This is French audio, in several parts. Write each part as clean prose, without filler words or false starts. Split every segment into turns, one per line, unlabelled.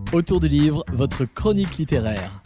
Autour du livre, votre chronique littéraire.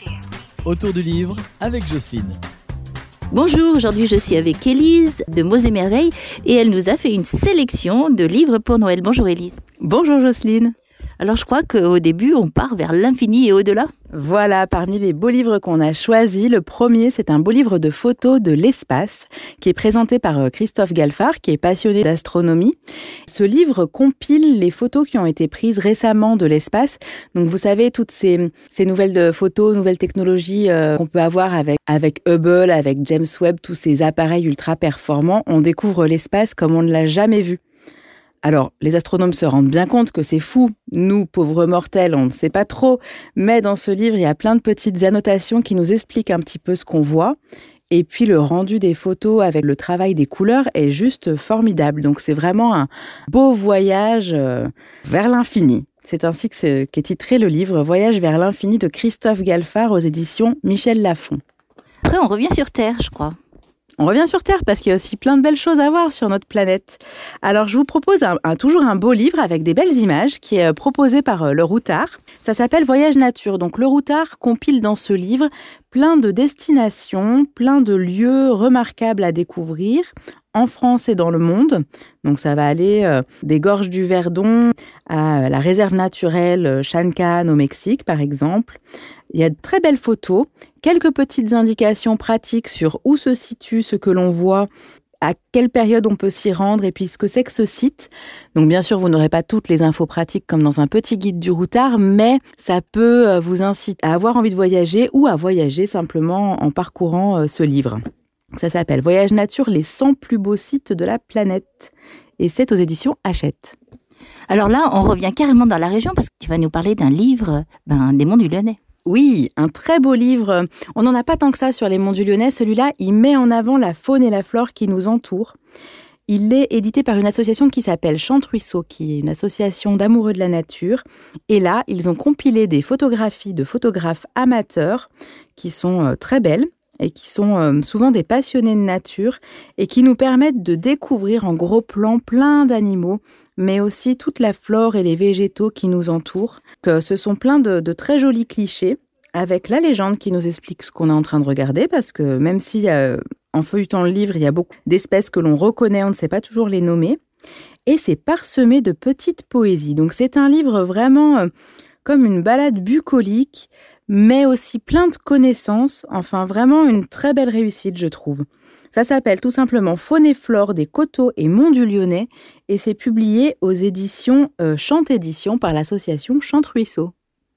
Autour du livre avec Jocelyne.
Bonjour, aujourd'hui je suis avec Élise de Mots et Merveilles et elle nous a fait une sélection de livres pour Noël. Bonjour Élise.
Bonjour Jocelyne.
Alors je crois qu'au début on part vers l'infini et au-delà.
Voilà, parmi les beaux livres qu'on a choisis, le premier c'est un beau livre de photos de l'espace qui est présenté par Christophe Galfard qui est passionné d'astronomie. Ce livre compile les photos qui ont été prises récemment de l'espace. Donc vous savez, toutes ces nouvelles photos, nouvelles technologies qu'on peut avoir avec Hubble, avec James Webb, tous ces appareils ultra performants, on découvre l'espace comme on ne l'a jamais vu. Alors, les astronomes se rendent bien compte que c'est fou. Nous, pauvres mortels, on ne sait pas trop. Mais dans ce livre, il y a plein de petites annotations qui nous expliquent un petit peu ce qu'on voit. Et puis, le rendu des photos avec le travail des couleurs est juste formidable. Donc, c'est vraiment un beau voyage vers l'infini. C'est ainsi qu'est titré le livre « Voyage vers l'infini » de Christophe Galfard aux éditions Michel Lafon.
Après, on revient sur Terre, je crois.
On revient sur Terre parce qu'il y a aussi plein de belles choses à voir sur notre planète. Alors, je vous propose toujours un beau livre avec des belles images qui est proposé par Le Routard. Ça s'appelle Voyage Nature. Donc, Le Routard compile dans ce livre plein de destinations, plein de lieux remarquables à découvrir en France et dans le monde. Donc, ça va aller des gorges du Verdon à la réserve naturelle Chan-Can au Mexique, par exemple. Il y a de très belles photos, quelques petites indications pratiques sur où se situe ce que l'on voit, à quelle période on peut s'y rendre et puis ce que c'est que ce site. Donc bien sûr, vous n'aurez pas toutes les infos pratiques comme dans un petit guide du Routard, mais ça peut vous inciter à avoir envie de voyager ou à voyager simplement en parcourant ce livre. Ça s'appelle « Voyage Nature, les 100 plus beaux sites de la planète » et c'est aux éditions Hachette.
Alors là, on revient carrément dans la région parce que tu vas nous parler d'un livre des Monts du Lyonnais.
Oui, un très beau livre. On n'en a pas tant que ça sur les Monts du Lyonnais. Celui-là, il met en avant la faune et la flore qui nous entourent. Il est édité par une association qui s'appelle Chante-Ruisseau, qui est une association d'amoureux de la nature. Et là, ils ont compilé des photographies de photographes amateurs qui sont très belles et qui sont souvent des passionnés de nature et qui nous permettent de découvrir en gros plan plein d'animaux, mais aussi toute la flore et les végétaux qui nous entourent. Que ce sont plein de très jolis clichés avec la légende qui nous explique ce qu'on est en train de regarder, parce que même si en feuilletant le livre, il y a beaucoup d'espèces que l'on reconnaît, on ne sait pas toujours les nommer. Et c'est parsemé de petites poésies. Donc c'est un livre vraiment comme une balade bucolique, mais aussi plein de connaissances, enfin vraiment une très belle réussite, je trouve. Ça s'appelle tout simplement Faune et flore des coteaux et monts du Lyonnais et c'est publié aux éditions Chante Édition par l'association Chante-Ruisseau.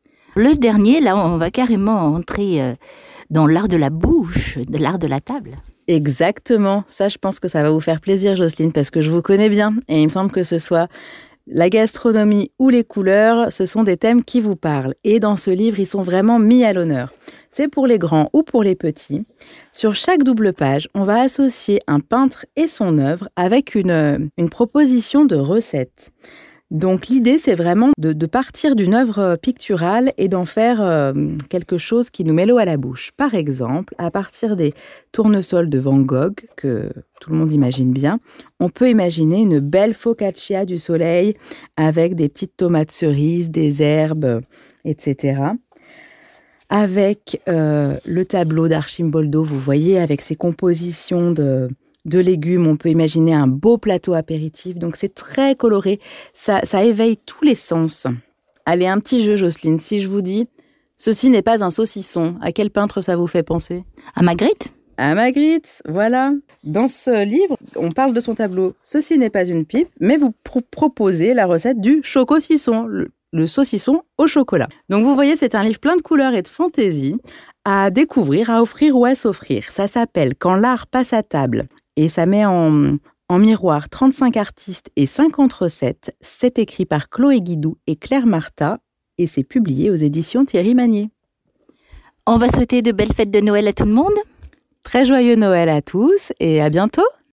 Le dernier, là, on va carrément entrer dans l'art de la bouche, de l'art de la table.
Exactement, ça je pense que ça va vous faire plaisir Jocelyne, parce que je vous connais bien et il me semble que ce soit la gastronomie ou les couleurs, ce sont des thèmes qui vous parlent. Et dans ce livre, ils sont vraiment mis à l'honneur. C'est pour les grands ou pour les petits. Sur chaque double page, on va associer un peintre et son œuvre avec une proposition de recette. Donc l'idée, c'est vraiment de partir d'une œuvre picturale et d'en faire quelque chose qui nous met l'eau à la bouche. Par exemple, à partir des tournesols de Van Gogh, que tout le monde imagine bien, on peut imaginer une belle focaccia du soleil avec des petites tomates cerises, des herbes, etc. Avec le tableau d'Archimboldo, vous voyez, avec ses compositions de légumes, on peut imaginer un beau plateau apéritif. Donc c'est très coloré, ça éveille tous les sens. Allez, un petit jeu Jocelyne, si je vous dis « Ceci n'est pas un saucisson », à quel peintre ça vous fait penser ?
À Magritte ?
À Magritte, voilà. Dans ce livre, on parle de son tableau « Ceci n'est pas une pipe », mais vous proposez la recette du choco-saucisson, le saucisson au chocolat. Donc vous voyez, c'est un livre plein de couleurs et de fantaisie à découvrir, à offrir ou à s'offrir. Ça s'appelle « Quand l'art passe à table ». Et ça met en miroir 35 artistes et 50 recettes. C'est écrit par Chloé Guidou et Claire Marta et c'est publié aux éditions Thierry Magnier.
On va souhaiter de belles fêtes de Noël à tout le monde.
Très joyeux Noël à tous et à bientôt.